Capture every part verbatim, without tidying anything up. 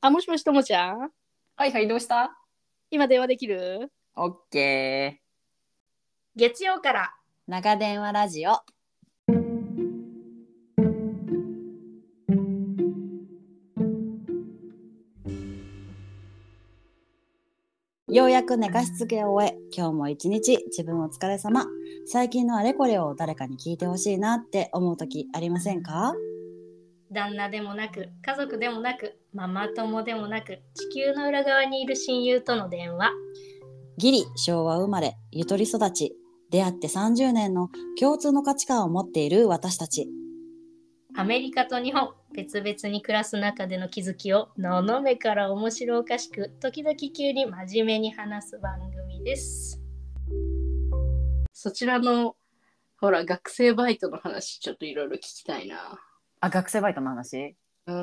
あ、もしもしともちゃん、 はいはい、どうした？ 今電話できる？ オッケ月曜からー。長電話ラジオ。ようやく寝かしつけを終え、今日も一日自分お疲れ様。最近のあれこれを誰かに聞いてほしいなって思う時ありませんか？ 旦那でもなく家族でもなくママ友でもなく地球の裏側にいる親友との電話。 ギリ昭和生まれ、ゆとり育ち、出会ってさんじゅうねんの共通の価値観を持っている私たち。 アメリカと日本別々に暮らす中での気づきをののめから面白おかしく時々急に真面目に話す番組です。そちらのほら学生バイトの話ちょっといろいろ聞きたいな。 あ、学生バイトの話うん。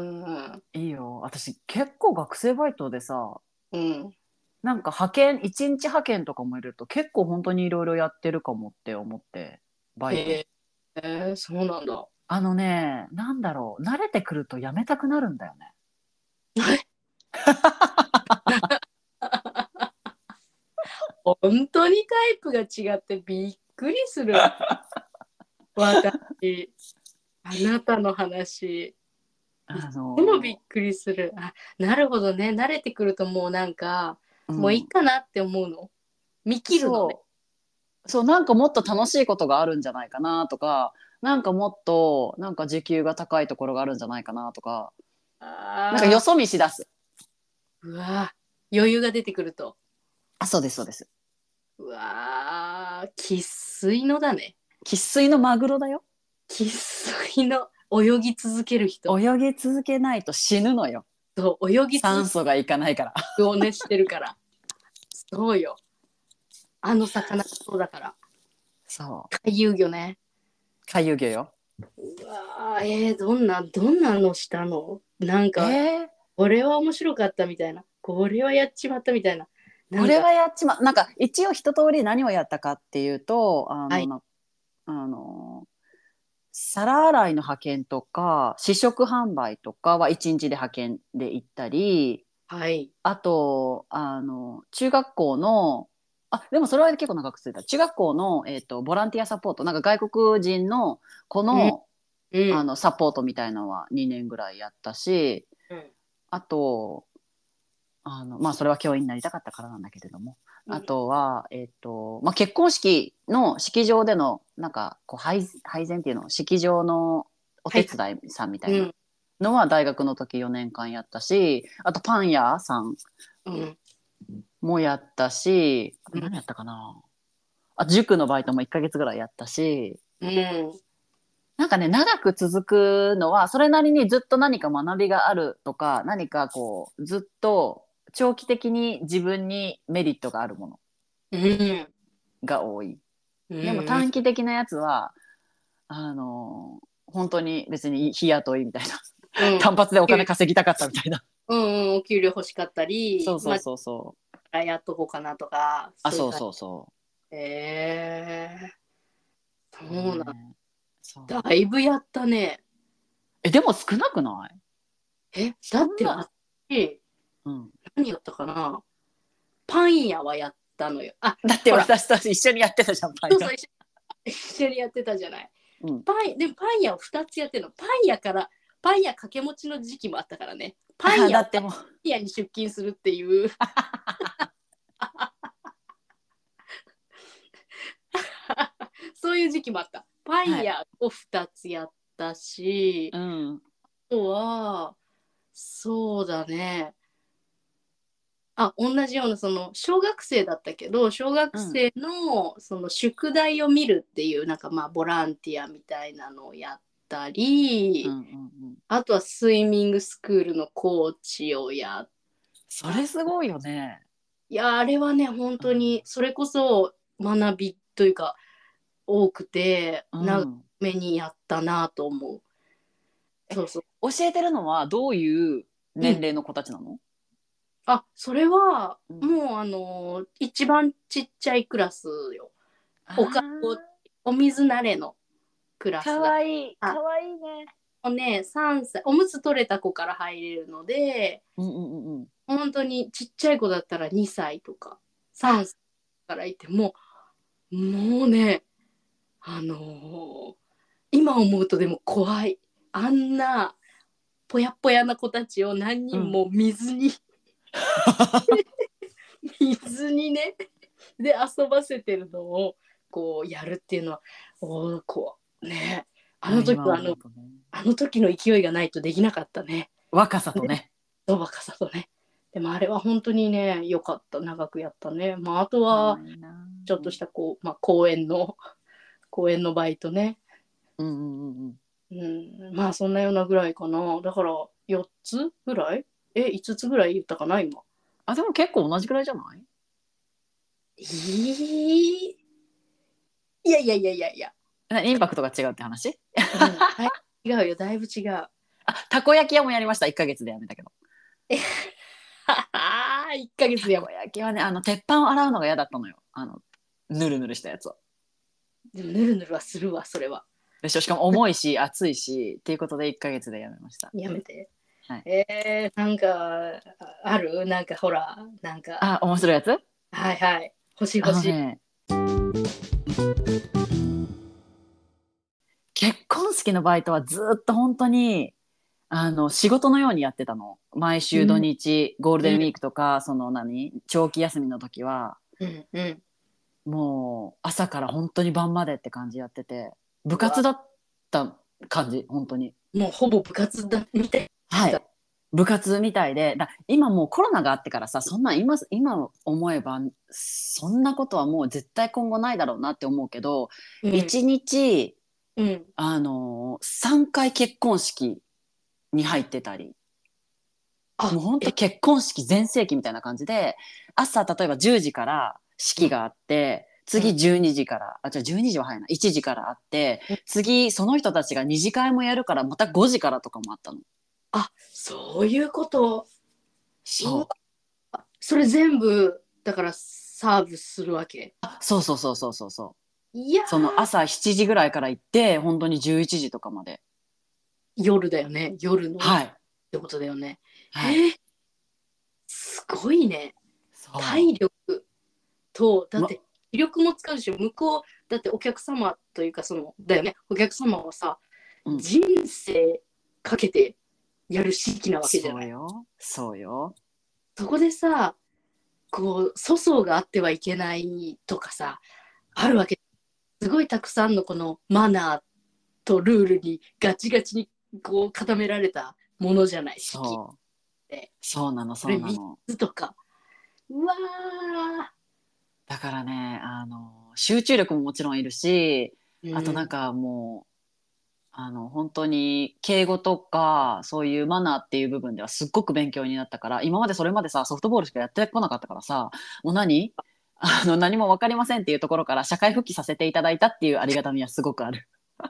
いいよ。私結構学生バイトでさ、 うん。 なんか派遣、一日派遣とかもいると結構本当にいろいろやってるかもって思って、バイト。 へえ、そうなんだ。 あのね、なんだろう、慣れてくるとやめたくなるんだよね。 本当にタイプが違ってびっくりする。私、あなたの話、いあつもびっのくりする。あ、なるほどね。慣れてくるともうなんか、もういいうん、 かなって思うの。見切るのね。 そう、そう、なんかもっと楽しいことがあるんじゃないかなとか、なんかもっと、なんか時給が高いところがあるんじゃないかなとか、なんかよああ、 そ見し出す。 うわ余裕が出てくると。 あ、そうです、そうです。 うわー、生粋のだね。 生粋のマグロだよ。 生粋の泳ぎ続ける人。 泳ぎ続けないと死ぬのよ。 そう、泳ぎ続酸素がいかないから。 けをねしてるから。そうよ。あの魚そうだから。 そう。 回遊魚ね。 回遊魚よ。 うわー、えー、どんな、どんなのしたの？なんえか、 ー、 これは面白かったみたいな。これはやっちまったみたいな。なんか、 これはやっちま、なんか一応一通り何をやったかっていうと、あの、 はい、 なあの、皿洗いの派遣とか試食販売とかはいちにちで派遣で行ったり、 はい。 あとあの中学校の、あでもそれは結構長く続いた中学校の、えーと、ボランティアサポート、なんか外国人の子うん、 の、 うん、 あのサポートみたいなのはにねんぐらいやったし、 うん、 あとあのまあそれは教員になりたかったからなんだけれども、あうん。 とは、えっとまあ、結婚式の式場でのなんかこう配配膳っていうの、式場のおはい、 手伝いさんみたいなうん、 のは大学の時よねんかんやったし、あとパン屋さんうん、 もやったし、あとうん、 何やったかな、あ、塾のバイトもいっかげつぐらいやったし、 うん。 なんかね、長く続くのはそれなりにずっと何か学びがあるとか、何かこうずっと長期的に自分にメリットがあるものうん、 が多い。 うでもん、 短期的なやつはあの本当に別に日雇いみたいな、 うん。 単発でお金稼ぎたかったみたいな。 うん、うん、お給料欲しかったり、まそうそうそうそう。 あ、やっとこうかなとか、 あ、 そういう感そうそうそじ。えー、そう。 うなんね、そだ。いぶやったね。 う。え、でも少なくない？ え、だそんな、 ってあっち、 うん。 何やったかな。パン屋はやったのよ。あ、 だってほら、 私と一緒にやってたじゃん、パン屋。 そうそう、一緒一緒にやってたじゃない。 うん。 パン、でもパン屋をふたつやってるの。パン屋から、パン屋掛け持ちの時期もあったからね。パンあ、だ屋をパンってもう、 屋に出勤するっていう、そういう時期もあった。パンはい。 屋をふたつやったし、 うん。 あとは、そうだね。あ、同じような、その、小学生だったけど、小学うん。 生の、その、宿題を見るっていう、なんかまあ、ボランティアみたいなのをやったり、 うんうんうん。 あとはスイミングスクールのコーチをやった。 それすごいよね。 いや、あれはね、本当に、それこそ学びというか、多くて、 う長ん。 めにやったなと思う。そうそう。 教えてるのはどういううん。 年齢の子たちなの？ あ、それは、 うん。 もう、あの、一番ちっちゃいクラスよ。 あおかお、 あ、 お水慣れのクラかスだ。 わいい、かあ、 わいいね。 もね、さんさい、おむつ取れた子から入れるので、 うんうんうんうん。 本当にちっちゃい子だったらにさいとかさんさいからいても、もうね、あのー今思うとでも怖い。あんなぽやぽやな子たちを何人も水に、水にね、で遊ばせてるのをこうやるっていうのは、おーこうね、あの時はあの、 今思うとね。 あの時の勢いがないとできなかったね。 若さとね。 そう若さとね。でもあれは本当にね、良かった。長くやったね。まあ、あとかはわいいな。 ちょっとしたこう、まあ、公園の公園のバイトね。 うんうんうんうん。 うん、まあそんなようなぐらいかな。だからよっつぐらいえ、いつつぐらい言ったかな、今。 あ、でも結構同じくらいじゃない？ えー、いやいやいやいやいや。 なインパクトが違うって話？ うん、だいぶ違うよ、だいぶ違う。 あ、たこ焼き屋もやりました。いっかげつでやめたけど。 いっかげつでやめたこ焼きはね、あの鉄板を洗うのが嫌だったのよ。あのぬるぬるしたやつを。 でもぬるぬるはするわ、それは。 でしょしかも重いし熱いしっていうことでいっかげつでやめました。 やめて。 はい、 えー、なんか、あるなんかほら、なんか、 あ、面白いやつ？ はいはい。欲しいあ欲しい。 のね、結婚式のバイトはずっと本当にあの仕事のようにやってたの。毎週土うん日、ゴールうんデンウィークとか、その何長期休みの時はうんうん。 もう朝から本当に晩までって感じやってて、部うわ、 活だった感じ本当に。 もうほぼ部活だみたいだ。 はい、部活みたいで、だ今もうコロナがあってからさ、そんなん今今思えばそんなことはもう絶対今後ないだろうなって思うけど、 うんいちにちうんあのさんかい結婚式に入ってたり、 あ、 もう本当え、 結婚式全盛期みたいな感じで、朝例えばじゅうじから式があって、次じゅうにじから、あ、じゃあじゅうにじは早いな、いちじからあって、次その人たちがに次会もやるからまたごじからとかもあったの。 あ、そういうこと。うわ、 そう。 それ全部、だからサーブするわけ。 あ、そうそうそうそうそうそう。 いやそのー、 朝しちじぐらいから行って本当にじゅういちじとかまで。 夜だよね。夜のっはいてことだよね。 はい。 えー、すごいね。 そ体力と、だう。ま、 って気力も使うし、向こう、だってお客様というか、その、だよね。お客様はさ、 うん。 人生かけてやる式なわけじゃない。 そうよ。そうよ。 そこでさ、こう、粗相があってはいけないとかさ、あるわけ。すごいたくさんのこのマナーとルールにガチガチにこう固められたものじゃない、式っそう。 て。 そうなの、 これ3 そうなの。 つとか。うわだからね、あの、集中力ももちろんいるし、 ー。 あとうん。 なんかもう、あの、本当に敬語とか、そういうマナーっていう部分ではすっごく勉強になったから、今までそれまでさ、ソフトボールしかやってこなかったからさ、もう何あの、何も分かりませんっていうところから社会復帰させていただいたっていうありがたみはすごくある。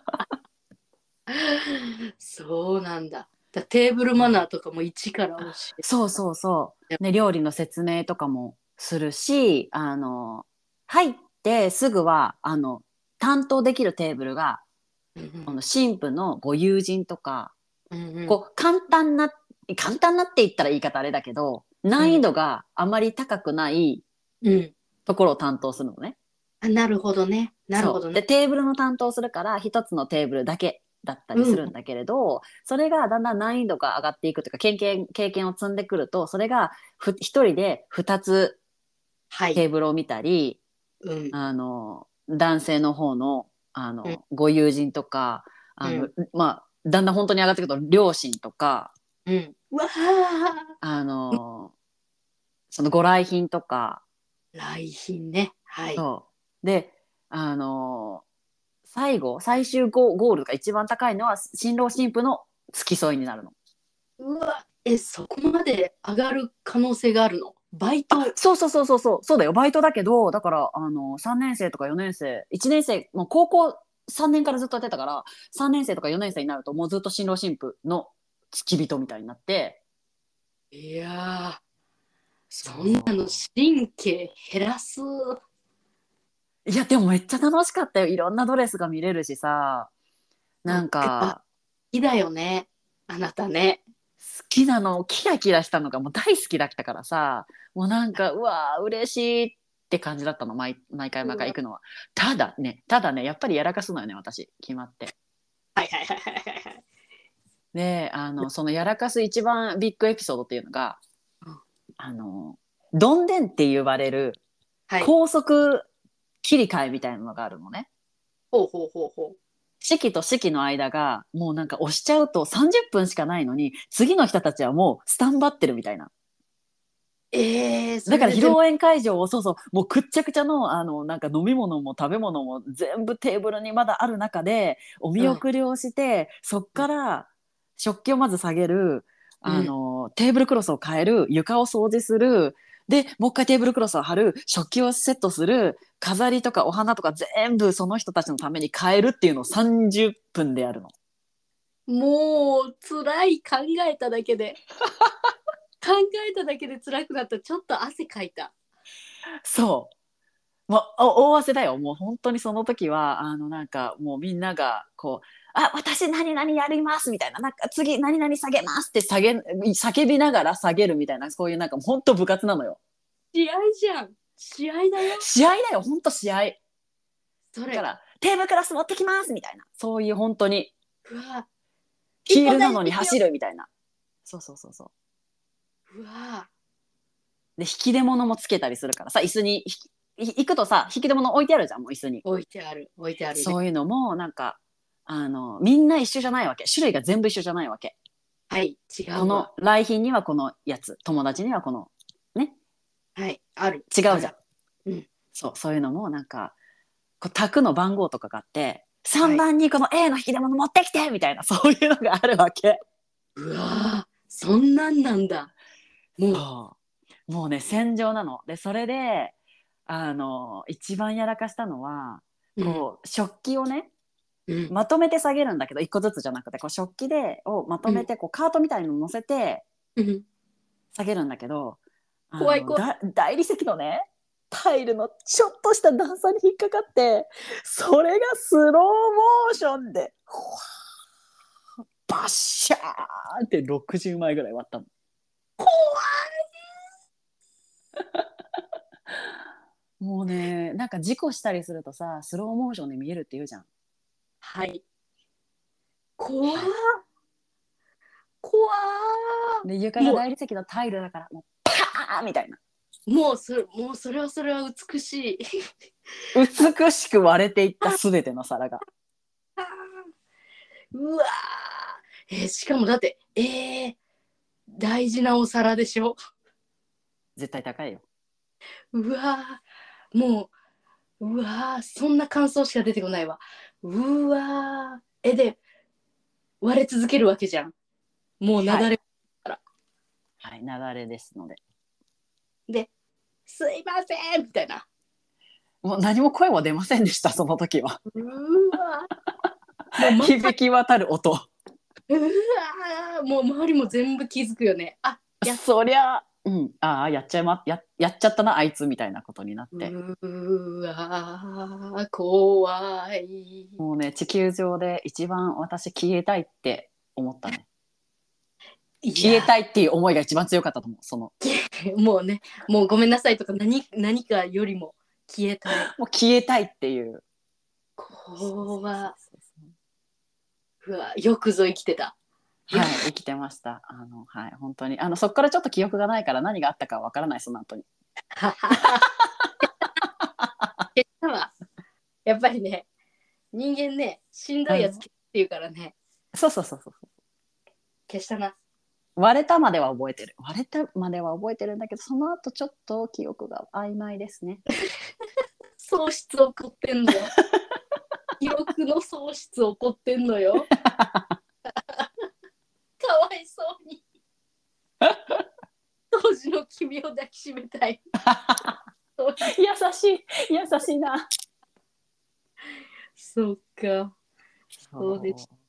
そうなんだ。だテーブルマナーとかも一から教えて。 そうそうそう。ね、料理の説明とかもするし、あの、入ってすぐは、あの、担当できるテーブルが、 うんあの新婦のご友人とか、 うんうんこう、簡単な、簡単なって言ったら言い方あれだけど、難易度があまり高くないうん。 ところを担当するのね。 あ、なるほどね。なるほそう。で、 どね。 テーブルの担当するから、一つのテーブルだけだったりうん。 するんだけれど、それがだんだん難易度が上がっていくというか、経験、経験を積んでくると、それがふ一人で二つはい。 テーブルを見たり、 うん。 あの、男性の方の、あうん。 の、ご友人とか、あの、 うん。 まあ、だんだん本当に上がってくると、両親とか、 うん。うわあ。 あの、そのご来賓とか、 来賓ね。はい。 そう。で、あの、最後、最終ゴゴールが一番高いのは、新郎新婦の付き添いになるの。 うわ、え、そこまで上がる可能性があるの？バイあ、 ト。 そうそうそうそうそう、そうだよ、バイトだけど、だから、あの、さんねん生とかよねん生、いちねん生、もう高校さんねんからずっとやってたから、さんねん生とかよねん生になると、もうずっと新郎新婦の付き人みたいになって、 いやー、 そそんなの神経減らす。 う。いや、でもめっちゃ楽しかったよ。いろんなドレスが見れるしさ、なんそっか。 か、 きだよね。あなたね。 好きなの、キラキラしたのがもう大好きだったからさ、もうなんかうわー嬉しいって感じだったの、毎、毎回毎回行くのは。ただねただねやっぱりやらかすのよね、私決まって。 はいはいはいはいはいはい。 で、あのそのやらかす一番ビッグエピソードっていうのが、あのどんでんって言われるはい。 高速切り替えみたいなのがあるのね。 ほうほうほうほ式と式の間がもうなんか押しちゃうとさんじゅっぷんしかないのに、次の人たちはもうスタンバってるみたいな。 う。えー、そだかられで全部。 披露宴会場を、そうそう、もうくっちゃくちゃの、あの、なんか飲み物も食べ物も全部テーブルにまだある中で、お見うん。 送りをして、そっから食器をまず下げる、あうん。 の、テーブルクロスを変える、床を掃除する、で、もう一回テーブルクロスを貼る、食器をセットする、飾りとかお花とか全部その人たちのために変えるっていうのをさんじゅっぷんでやるの。 もう辛い、考えただけで。考えただけで辛くなった。ちょっと汗かいた。 そう。もうお大汗だよ。もう本当にその時は、あのなんかもうみんながこう、あ、私何々やりますみたいな、なんか次何々下げますって下げ、叫びながら下げるみたいな、そういうなんか本当部活なのよ。 試合じゃん。試合だよ。 試合だよ、本当試合。 それ。 だからテーブルクロス持ってきますみたいな、そういう本当にうわ。一ヒールなのに本大事よ。 走るみたいな。そうそうそうそう。 うわ。 で、引き出物もつけたりするからさ、椅子に行くとさ、引き出物置いてあるじゃん、もう椅子に。 置いてある。置いてあるね。 そういうのもなんか、あのみんな一緒じゃないわけ、種類が全部一緒じゃないわけ。 はい。違このうわ。 来賓にはこのやつ、友達にはこのね、 はい。ある。 違うじゃん。 ある。うん。 そう、そういうのもなんかこう卓の番号とかがあって、3 はい。 番にこの A の引き出物持ってきてみたいな、そういうのがあるわけ。 うわ。そんなんなんだ。もそうもうね戦場なので、それであの一番やらかしたのは、 う。うん。 こう食器をねうん。 まとめて下げるんだけど、一個ずつじゃなくてこう食器でをまとうん。 めてこうカートみたいの乗せてうん。 下げるんだけど、あ怖い怖い。 のだ大理石のねタイルのちょっとした段差に引っかかって、それがスローモーションでバッシャーってろくじゅうまいぐらい割ったの。 怖もうね、なんか事故したりするとさスローモーションで見えるって言うじゃん。 はい。怖はい。 怖で床がも大理石のタイルだからもうパーンみたいな、 う、もうそれ、もうそれはそれは美しい。 美しく割れていった全ての皿が。 うわー、えーしかもだって、えー、大事なお皿でしょ。 絶対高いよ。 うわー、もう、うわー、そんな感想しか出てこないわ。うわー、え、で、割れ続けるわけじゃん。もうなはい、 だれから。 はい、雪崩ですので。 で、すいませんみたいな。 もう何も声は出ませんでした、その時は。 うわー、もうまさ響き渡る音。 うわー、もう周りも全部気づくよね。あ、やっそりゃ、うん、ああ、やっちゃいま、や、やっちゃったな、あいつみたいなことになって。 うわー、怖い。 もうね、地球上で一番私消えたいって思ったね。 いや消えたいっていう思いが一番強かったと思う。その、 もうね、もうごめんなさいとか何何かよりも消えたい。 もう消えたいっていう。そうそう怖そうそう。 うわ、よくぞ生きてた。よはい、生きてました。あの、はい、本当に。あの、そこからちょっと記憶がないから何があったかわからない、その後に。 ははは消したわ。やっぱりね、人間ね、しんどいやつ消すっていうからね、 そうそうそうそう。 消したな。 割れたまでは覚えてる。割れたまでは覚えてるんだけど、その後ちょっと記憶が曖昧ですね。 喪失起こってんのよ。記憶の喪失起こってんのよ。かわいそうに。当時の君を抱きしめたい。 優しい、優しいな。 そうか。そうでしそう、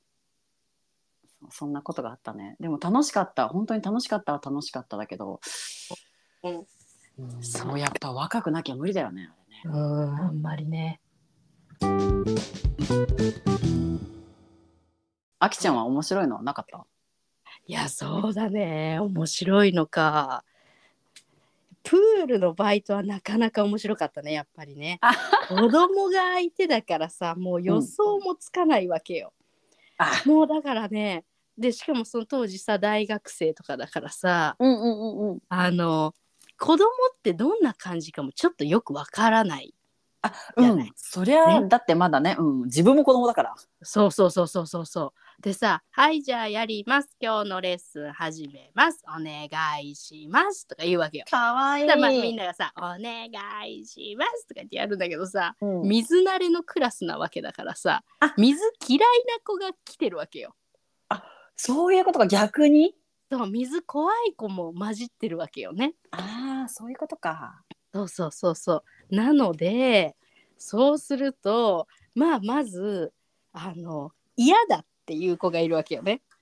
そんなことがあったね。でも楽しかった。本当に楽しかったは楽しかっただけど、 た。うん。 うん、 そう。 もうやっぱ若くなきゃ無理だよね、あれね。 うん、あんまりね。 あきちゃんは面白いのはなかった？ いやそうだね、面白いのか。プールのバイトはなかなか面白かったね、やっぱりね。 あ、 子供が相手だからさ、もう予想もつかないわけよ。 あ、 もうだからね、でしかもその当時さ大学生とかだからさ、 うんうんうんうん。 あの子供ってどんな感じかもちょっとよくわからないあ、 じゃない。 うん。そりゃ、 ね。 だってまだね、うん。自分も子供だから。 そうそうそうそうそうそう。でさ、はいじゃあやります。今日のレッスン始めます。お願いしますとか言うわけよ。 かわいだからまあみんい。 ながさ、お願いしますとか言ってやるんだけどさ、 うん。 水慣れのクラスなわけだからさ、 あ、 水嫌いな子が来てるわけよ。 あ、そういうことか、逆に。 そう、水怖い子も混じってるわけよね。 ああ、そういうことか。 そうそうそうそう。なので、そうすると、まあまず、あの、嫌だっていう子がいるわけよね。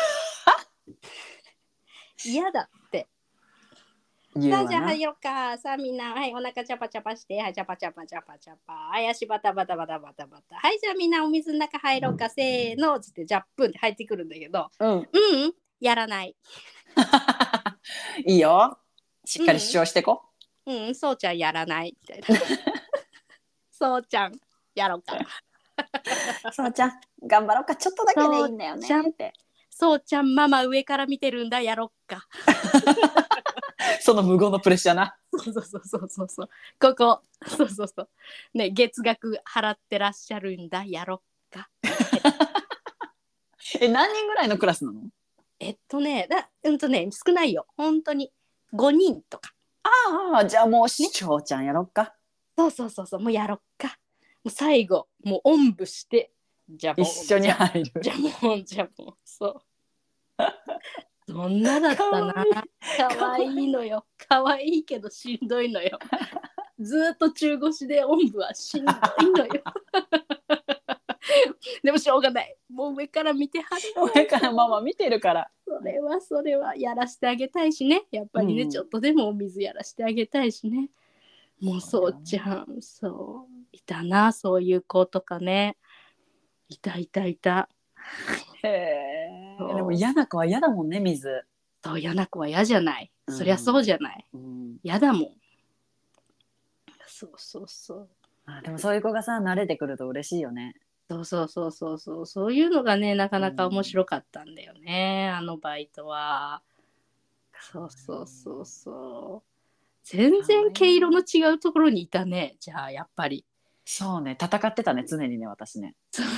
嫌だって。さあじゃあ言うわな。 入ろうか。さあみんな、はい、お腹チャパチャパして、はい、チャパチャパチャパチャパ。はい、足バタバタバタバタバタ。はい、じゃあみんなお水の中入ろうか。せーの。つってジャップンって入ってくるんだけど、 うん。 うん、やらない。 いいよ。しっかり主うん、 張してこ。 うん、そうちゃんやらない。みたいな。そうちゃん、やろうか。 そうちゃん、頑張ろうか。ちょっとだけでいいんだよねそうちゃんって。 そうちゃん、ママ上から見てるんだ、やろっか。 その無言のプレッシャーな。 そうそうそうそうそうそう。ここ、そうそうそう。ね、月額払ってらっしゃるんだ、やろっか。 え、何人ぐらいのクラスなの？ えっとね、だうんとね、少ないよ。本当にごにんとか。 ああ、じゃあもう、 ね、 しょうちゃんやろっか。 そうそうそうそう、もうやろっか。もう最後、もうおんぶして、じゃあ一もう、 緒にじゃあ、 入る。 じゃあもう、じゃあもう、そう。そんなだっかたな。 わいい。 かわいいのよ。かわいいけどしんどいのよ。ずっと中腰でおんぶはしんどいのよ。でもしょうがない。もう上から見てはるのよ。 上からママ見てるから。 それはそれはやらせてあげたいしね。やっぱりね、 うんちょっとでもお水やらせてあげたいしね。もうそうちゃん、そういたな、そういう子とかね。いたいたいた。 へえ。 そうでも嫌な子は嫌だもんね、水。 そう嫌な子は嫌じゃない。 うん、 そりゃそうじゃない。 うん、 嫌だもん。そうそうそう。 あ、でもそういう子がさ、慣れてくると嬉しいよね。 そうそうそうそうそう、そういうのがね、なかなか面白かったんだよね、あのバイトは。そうそうそうそう。全然毛色の違うところにいたね、じゃあやっぱり。 そうね、戦ってたね、常にね、私ね。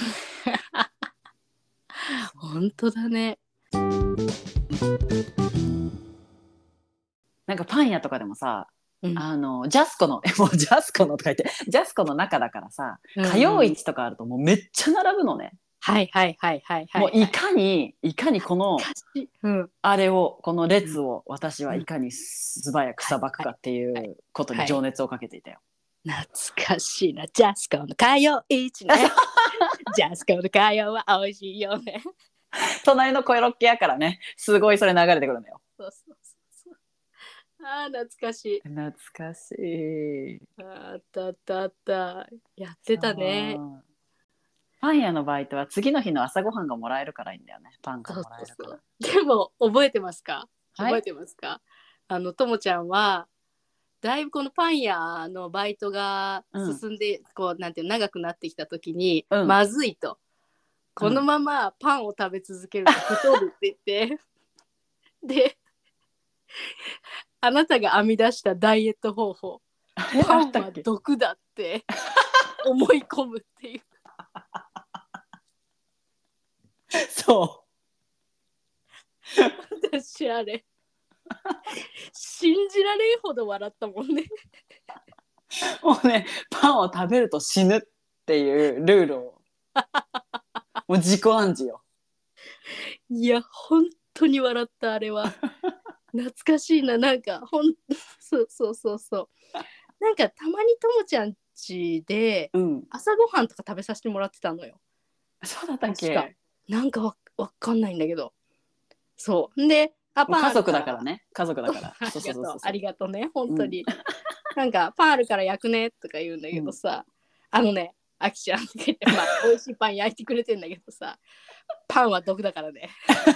本当だね。 なんかパン屋とかでもさ、 うん、 あのジャスコのもうジャスコのとか言ってジャスコの中だからさ、 うんうん、 火曜市とかあるともうめっちゃ並ぶのね。 はいはいはいはいはい、 もういかにいかにこのうん、 あれをこの列を私はいかに素早くさばくかっていうことに情熱をかけていたよ。 懐かしいな、ジャスコの火曜市ね。ジャスコの火曜は美味しいよね。 隣のコロッケ屋からね、すごいそれ流れてくるのよ。 そうそうそうそう。ああ懐かしい。 懐かしい。 あったあったあった。やってたね。 パン屋のバイトは次の日の朝ごはんがもらえるからいいんだよね。パンがもらえるから。 そうそうそう。でも覚えてますか？ はい、 覚えてますか？あのともちゃんはだいぶこのパン屋のバイトが進んで、うん、こうなんていう長くなってきた時に、うん、まずいと、このままパンを食べ続けると太るって言ってであなたが編み出したダイエット方法、パンは毒だって思い込むっていうそう私あれ信じられんほど笑ったもんね。 もうね、パンを食べると死ぬっていうルールをもう自己暗示よ。 いや本当に笑ったあれは。懐かしいな、なんかほんそうそうそうそうなんかたまにともちゃん家で朝ごはんとか食べさせてもらってたのよ、 うん、そうだったっけ？ なんか わ, わかんないんだけど、そうであパン家族だからね、家族だからありがとうありがとうね本当に、うん、なんかパンあるから焼くねとか言うんだけどさ、うん、あのねあきちゃんって言って、まあ、美味しいパン焼いてくれてんだけどさパンは毒だからね。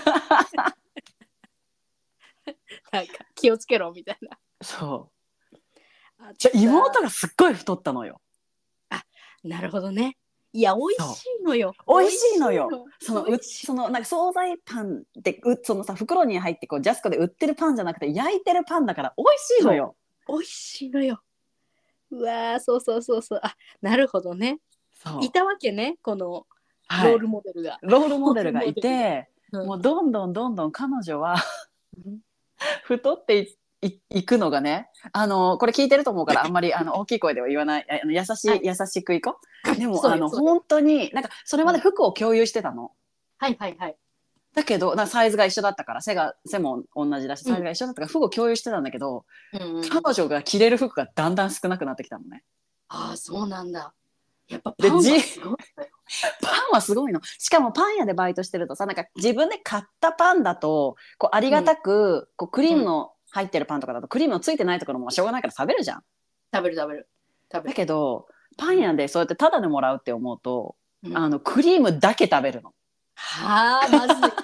なんか気をつけろみたいな。 そうあじゃ妹がすっごい太ったのよ。 なるほどね。いや美味しいのよ。 美味しいのよ。そのう美味しいそのなんか惣菜パンってうそのさ袋に入ってこうジャスコで売ってるパンじゃなくて焼いてるパンだから美味しいのよ。 美味しいのよ。うわーそうそうそうそう。あなるほどね。 そういたわけねこのはい、 ロールモデルが。 ロールモデルがいて、 うんもうどんどんどんどん彼女はうん太っていいいくのがね、あのこれ聞いてると思うからあんまりあの大きい声では言わない、あの優しい、 はい優しくいこう。でもあのそうよそうよ本当になんかそれまで服を共有してたの。 はいはいはい。 だけどなんかサイズが一緒だったから背が背も同じだしうんサイズが一緒だったから服を共有してたんだけど、 うんうんうん、 彼女が着れる服がだんだん少なくなってきたのね。 ああそうなんだ。やっぱでパンはじすごいのよ。 パンはすごいの。しかもパン屋でバイトしてるとさなんか自分で買ったパンだとこうありがたく、こうクリームの入ってるパンとかだとクリームのついてないところもしょうがないから食べるじゃん。 食べる食べる食べだる。 けどパン屋でそうやってタダでもらうって思うと、 うん、 あのクリームだけ食べるの。 はあまずい。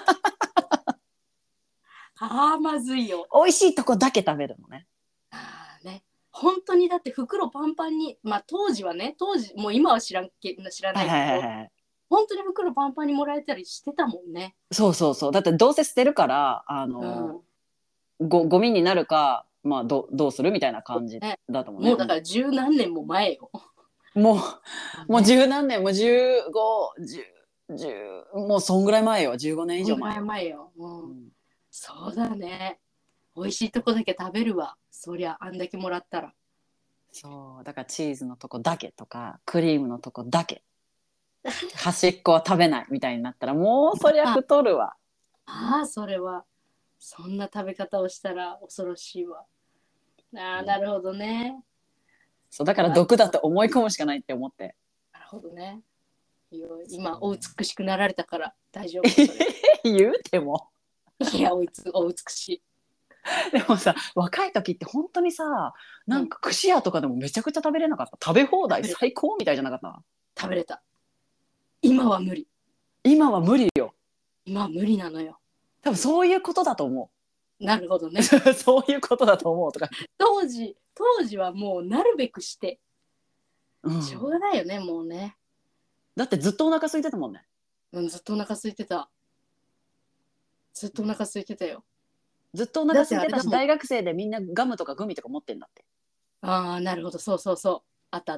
はあまずいよ。 美味しいとこだけ食べるのね。 あーね本当にだって袋パンパンにまあ当時はね当時もう今は知らんけ知らなはいいけど、 はいはいはい。 本当に袋パンパンにもらえたりしてたもんね。 そうそうそう。だってどうせ捨てるからあうの、 ん、 ごゴミになるか、まあ、どどうするみたいな感じね、 だと思うね。 もうだから十何年も前よ。 もうもうね、 十何年もうじゅうご、じゅう、じゅうもうそんぐらい前よ。じゅうごねん以上前よ。 前よ、うんうん、 そうだね。美味しいとこだけ食べるわ。そりゃあんだけもらったら。 そうだからチーズのとこだけとかクリームのとこだけ端っこは食べないみたいになったらもうそりゃ太るわ。 ああそれはそんな食べ方をしたら恐ろしいわ。ああなるほどね。 そうだから毒だと思い込むしかないって思って。 なるほどね。いや今お美しくなられたから大丈夫それ。 言うてもいやおいつお美しい。 でもさ若い時って本当にさなんか串屋とかでもめちゃくちゃ食べれなかった。食べ放題最高みたいじゃなかった？ 食べれた。今は無理。 今は無理よ。 今は無理なのよ。 多分そういうことだと思なるほどね。 うそういうことだと思うとか、 当時当時はもうなるべくしてうん、 しょうがないよねもうね。 だってずっとお腹空いてたもんね。 うん、ずっとお腹空いてた。ずっとお腹空いてたよ。 ずっとお腹空いてたしだってあれだもん大学生でみんなガムとかグミとか持ってんだって。 ああ、なるほど、そうそうそう。あったあった。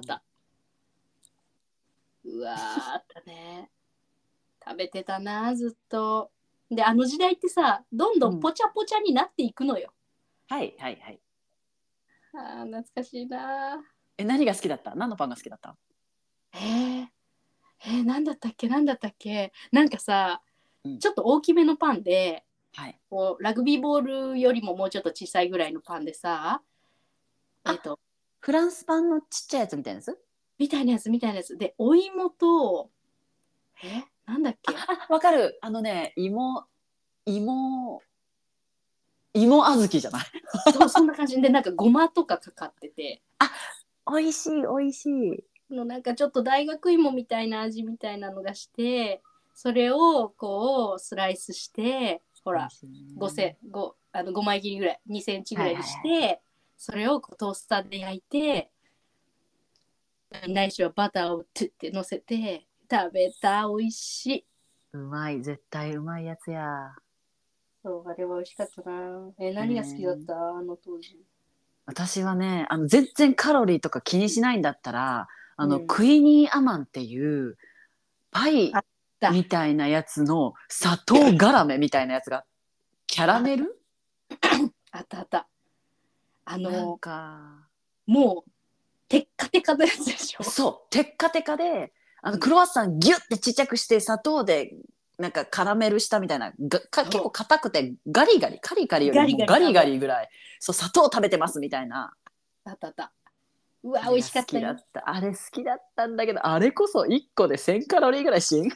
うわー、あったね。食べてたな、ずっと。で、あの時代ってさ、どんどんポチャポチャになっていくのよ。 はいはいはい。 ああ、懐かしいな。 え何が好きだった？何のパンが好きだった？ えー、えー、なんだったっけ、なんだったっけ。なんかさ、 うんちょっと大きめのパンで、 はい。 こうラグビーボールよりももうちょっと小さいぐらいのパンでさ、えっ、と、 フランスパンのちっちゃいやつみたいなやつ？ みたいなやつみたいなやつで、お芋と、え、なんだっけ。 あ、わかる。あのね、芋、芋、芋小豆じゃない？ そうそんな感じでなんかごまとかかかっててあ、美味しい美味しい。 のなんかちょっと大学芋みたいな味みたいなのがしてそれをこうスライスしてほらごセンごあのごまい切りぐらいにセンチぐらいにして、はいはいはい、それをこうトースターで焼いてないしはバターをトゥって乗せて食べた。美味しい。 うまい絶対うまいやつや。 そうあれは美味しかったな。え何が好きだった、えー、あの当時。 私はねあの全然カロリーとか気にしないんだったらあの、うん、クイニーアマンっていうパイみたいなやつの砂糖絡めみたいなやつがキャラメルあったあったあのなんかもうテッカテカのやつでしょ。 そうテッカテカであのクロワッサンギュッてちっちゃくして砂糖でなんかカラメルしたみたいながか結構硬くてガリガリカリカリよりもガリガリぐらいそう砂糖食べてますみたいな。 あったあった。うわ美味しかったよ。 好きだった。あれ好きだったんだけどあれこそいっこでせんカロリーぐらいしん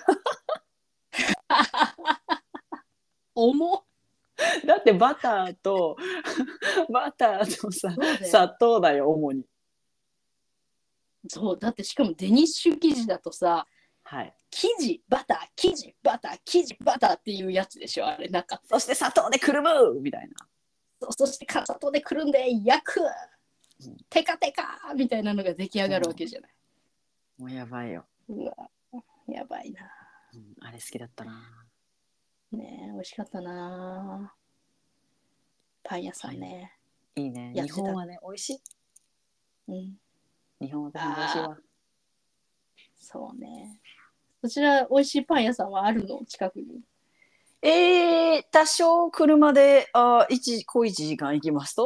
重っ。 だってバターとバターとさ砂糖だよ主に。 そうだってしかもデニッシュ生地だとさはい。 生地バター生地バター生地バターっていうやつでしょあれ。なんかそして砂糖でくるむみたいな。 そそして砂糖でくるんで焼く、うん、テカテカみたいなのが出来上がるわけじゃない。 もうやばいよ。 うわやばいな、 うん、あれ好きだったな。 ねえ美味しかったなパン屋さんね。 いいね。日本はね美味しい。 うん。 日本は美味しいわ。 そうね。そちら美味しいパン屋さんはあるの近くに？ えー、多少車であ一小一時間行きますと。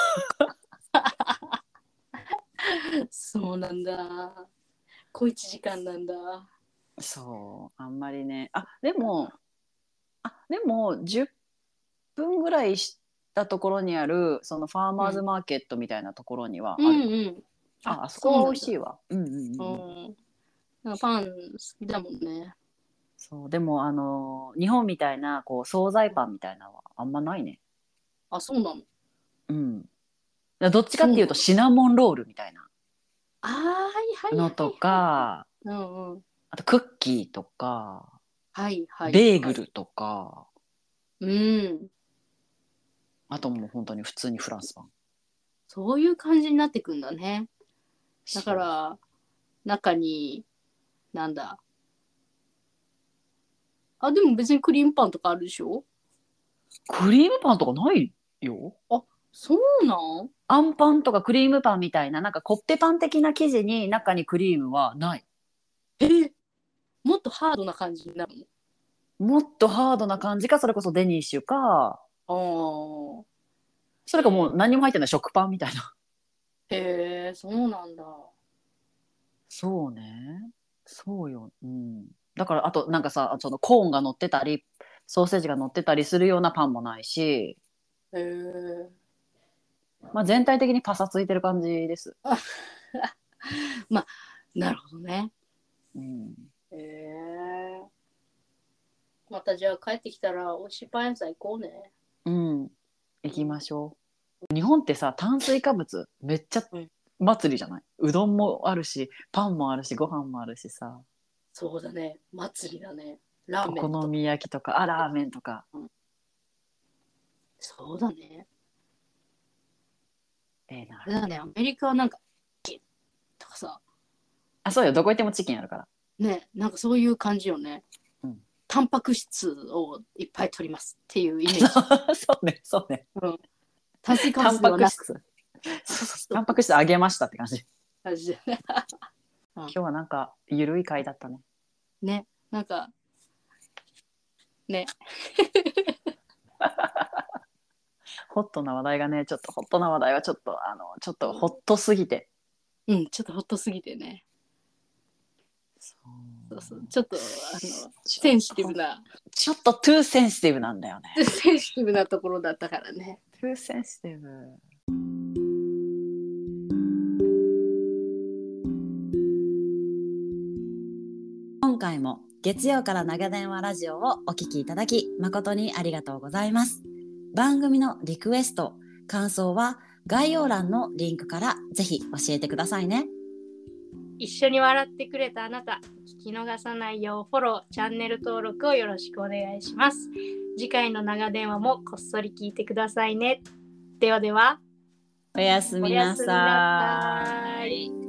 そうなんだ。小一時間なんだ。 そうあんまりね。あでもあでもじゅっぷんぐらいしたところにあるそのファーマーズマーケットみたいなところにはある。 うんうん。 あ、あそこは美味しいわ。うんうんうん。 うん。なんかパン好きだもんね。 そうでもあのー日本みたいなこう惣菜パンみたいなのはあんまないね。 あ、そうなの。 うん。どっちかっていうとそうなの。 シナモンロールみたいなあーはいはいのとはいはい。 か、 うんうん。 あとクッキーとか、 はいはいベーはい。 グルとか、 うん。 あともう本当に普通にフランスパン。 そういう感じになってくんだね。だかそうら、中に、なんだ。あ、でも別にクリームパンとかあるでしょ？ クリームパンとかないよ。 あ、そうなん？ あんパンとかクリームパンみたいな、なんかコッペパン的な生地に中にクリームはない。 え、もっとハードな感じになるもっとハードな感じか、それこそデニッシュか、 の？ああ。 それかもう何にも入ってない食パンみたいな。 へえ、そうなんだ。 そうね。そうよ。うん。だから、あとなんかさ、そのコーンが乗ってたり、ソーセージが乗ってたりするようなパンもないし、 へえ。 まあ、全体的にパサついてる感じです。 あまあ、なるほどね。 うん。 へえ。またじゃあ帰ってきたら美味しいパン屋さん行こうね。 うん。行きましょう。日本ってさ、炭水化物めっちゃうん。 祭りじゃない？うどんもあるし、パンもあるし、ご飯もあるしさ、 そうだね。祭りだね。ラーおメンとか。 好み焼きとか、あ、ラーメンとか。 うん、そうだね。 ええな。 あれだね。アメリカはなんか、とかさ、 あ、そうよ。どこ行ってもチキンあるから。 ね、なんかそういう感じよね。 うん。 タンパク質をいっぱい取りますっていうイメージ。 そうね、そうね。 うん。炭水化タン物ではなく、 パク質。そうそう、タンパク質あげましたって感じ。 感じでね。 今日はなんかゆるい回だったね。 ね、なんか、ね。 ホットな話題がね、ちょっとホットな話題はちょっとあのちょっとホットすぎて。 うん、ちょっとホットすぎてね。 そうそうそう、ちょっと、あの、 ちょセンシティブな、 ちょっとトゥーセンシティブなんだよね。 センシティブなところだったからね。 トゥーセンシティブ。今回も月曜から長電話ラジオをお聞きいただき誠にありがとうございます。番組のリクエスト、感想は概要欄のリンクからぜひ教えてくださいね。 一緒に笑ってくれたあなた、聞き逃さないようフォロー、チャンネル登録をよろしくお願いします。次回の長電話もこっそり聞いてくださいね。ではでは、 おやすみなさい。 おやすみなさい。